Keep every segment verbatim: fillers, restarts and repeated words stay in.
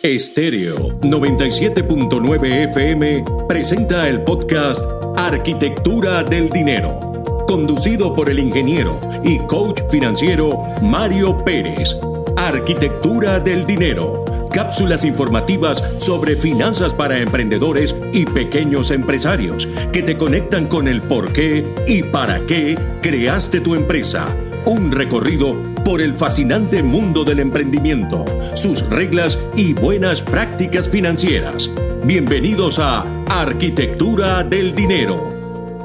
Estéreo noventa y siete punto nueve F M presenta el podcast Arquitectura del Dinero, conducido por el ingeniero y coach financiero Mario Pérez. Arquitectura del Dinero, cápsulas informativas sobre finanzas para emprendedores y pequeños empresarios que te conectan con el por qué y para qué creaste tu empresa. Un recorrido por el fascinante mundo del emprendimiento, sus reglas y buenas prácticas financieras. Bienvenidos a Arquitectura del Dinero.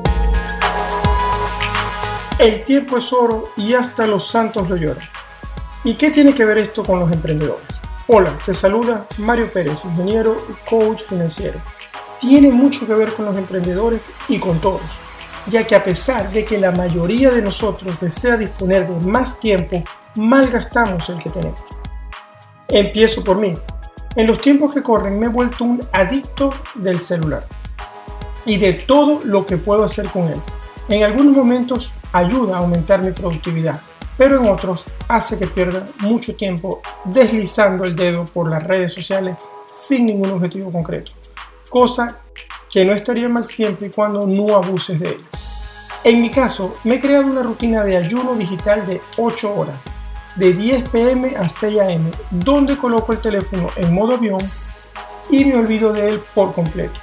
El tiempo es oro y hasta los santos lo lloran. ¿Y qué tiene que ver esto con los emprendedores? Hola, te saluda Mario Pérez, ingeniero y coach financiero. Tiene mucho que ver con los emprendedores y con todos, ya que a pesar de que la mayoría de nosotros desea disponer de más tiempo, malgastamos el que tenemos. Empiezo por mí. En los tiempos que corren me he vuelto un adicto del celular y de todo lo que puedo hacer con él. En algunos momentos ayuda a aumentar mi productividad, pero en otros hace que pierda mucho tiempo deslizando el dedo por las redes sociales sin ningún objetivo concreto, cosa que no estaría mal siempre y cuando no abuses de ello. En mi caso, me he creado una rutina de ayuno digital de ocho horas, de diez pe eme a seis a eme, donde coloco el teléfono en modo avión y me olvido de él por completo.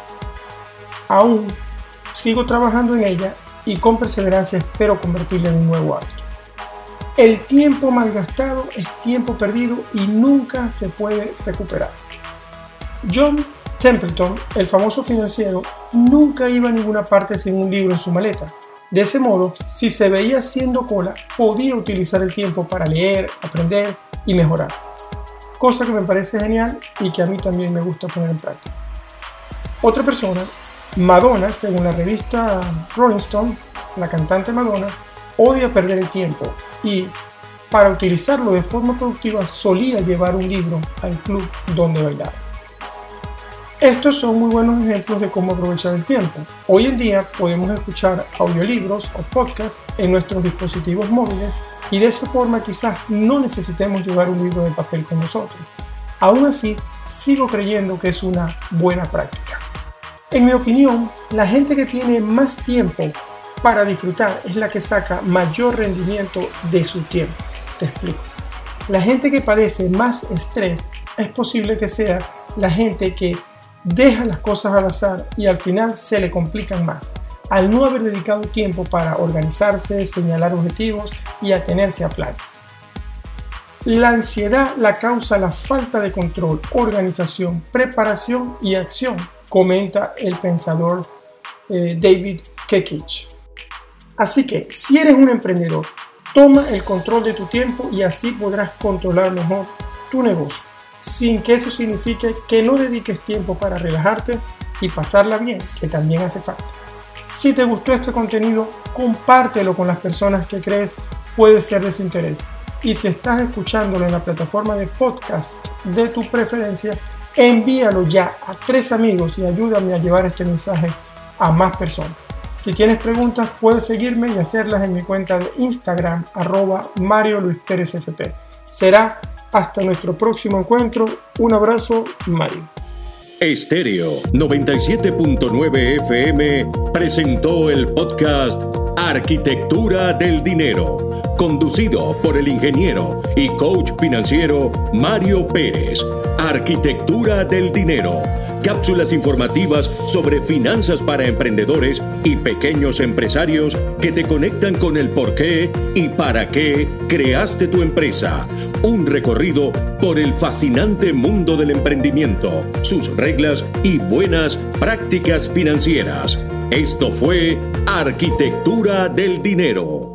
Aún sigo trabajando en ella y con perseverancia espero convertirla en un nuevo hábito. El tiempo malgastado es tiempo perdido y nunca se puede recuperar. John Templeton, el famoso financiero, nunca iba a ninguna parte sin un libro en su maleta. De ese modo, si se veía haciendo cola, podía utilizar el tiempo para leer, aprender y mejorar. Cosa que me parece genial y que a mí también me gusta poner en práctica. Otra persona, Madonna, según la revista Rolling Stone, la cantante Madonna, odia perder el tiempo y, para utilizarlo de forma productiva, solía llevar un libro al club donde bailaba. Estos son muy buenos ejemplos de cómo aprovechar el tiempo. Hoy en día podemos escuchar audiolibros o podcasts en nuestros dispositivos móviles y de esa forma quizás no necesitemos llevar un libro de papel con nosotros. Aún así, sigo creyendo que es una buena práctica. En mi opinión, la gente que tiene más tiempo para disfrutar es la que saca mayor rendimiento de su tiempo. Te explico. La gente que padece más estrés es posible que sea la gente que deja las cosas al azar y al final se le complican más, al no haber dedicado tiempo para organizarse, señalar objetivos y atenerse a planes. La ansiedad la causa la falta de control, organización, preparación y acción, comenta el pensador eh, David Kekich. Así que, si eres un emprendedor, toma el control de tu tiempo y así podrás controlar mejor tu negocio, sin que eso signifique que no dediques tiempo para relajarte y pasarla bien, que también hace falta. Si te gustó este contenido, compártelo con las personas que crees puede ser de su interés. Y si estás escuchándolo en la plataforma de podcast de tu preferencia, envíalo ya a tres amigos y ayúdame a llevar este mensaje a más personas. Si tienes preguntas, puedes seguirme y hacerlas en mi cuenta de Instagram, arroba Mario Luis Pérez F P. Será hasta nuestro próximo encuentro. Un abrazo, Mario. Estéreo noventa y siete punto nueve F M presentó el podcast Arquitectura del Dinero, conducido por el ingeniero y coach financiero Mario Pérez. Arquitectura del Dinero, cápsulas informativas sobre finanzas para emprendedores y pequeños empresarios que te conectan con el por qué y para qué creaste tu empresa. Un recorrido por el fascinante mundo del emprendimiento, sus reglas y buenas prácticas financieras. Esto fue Arquitectura del Dinero.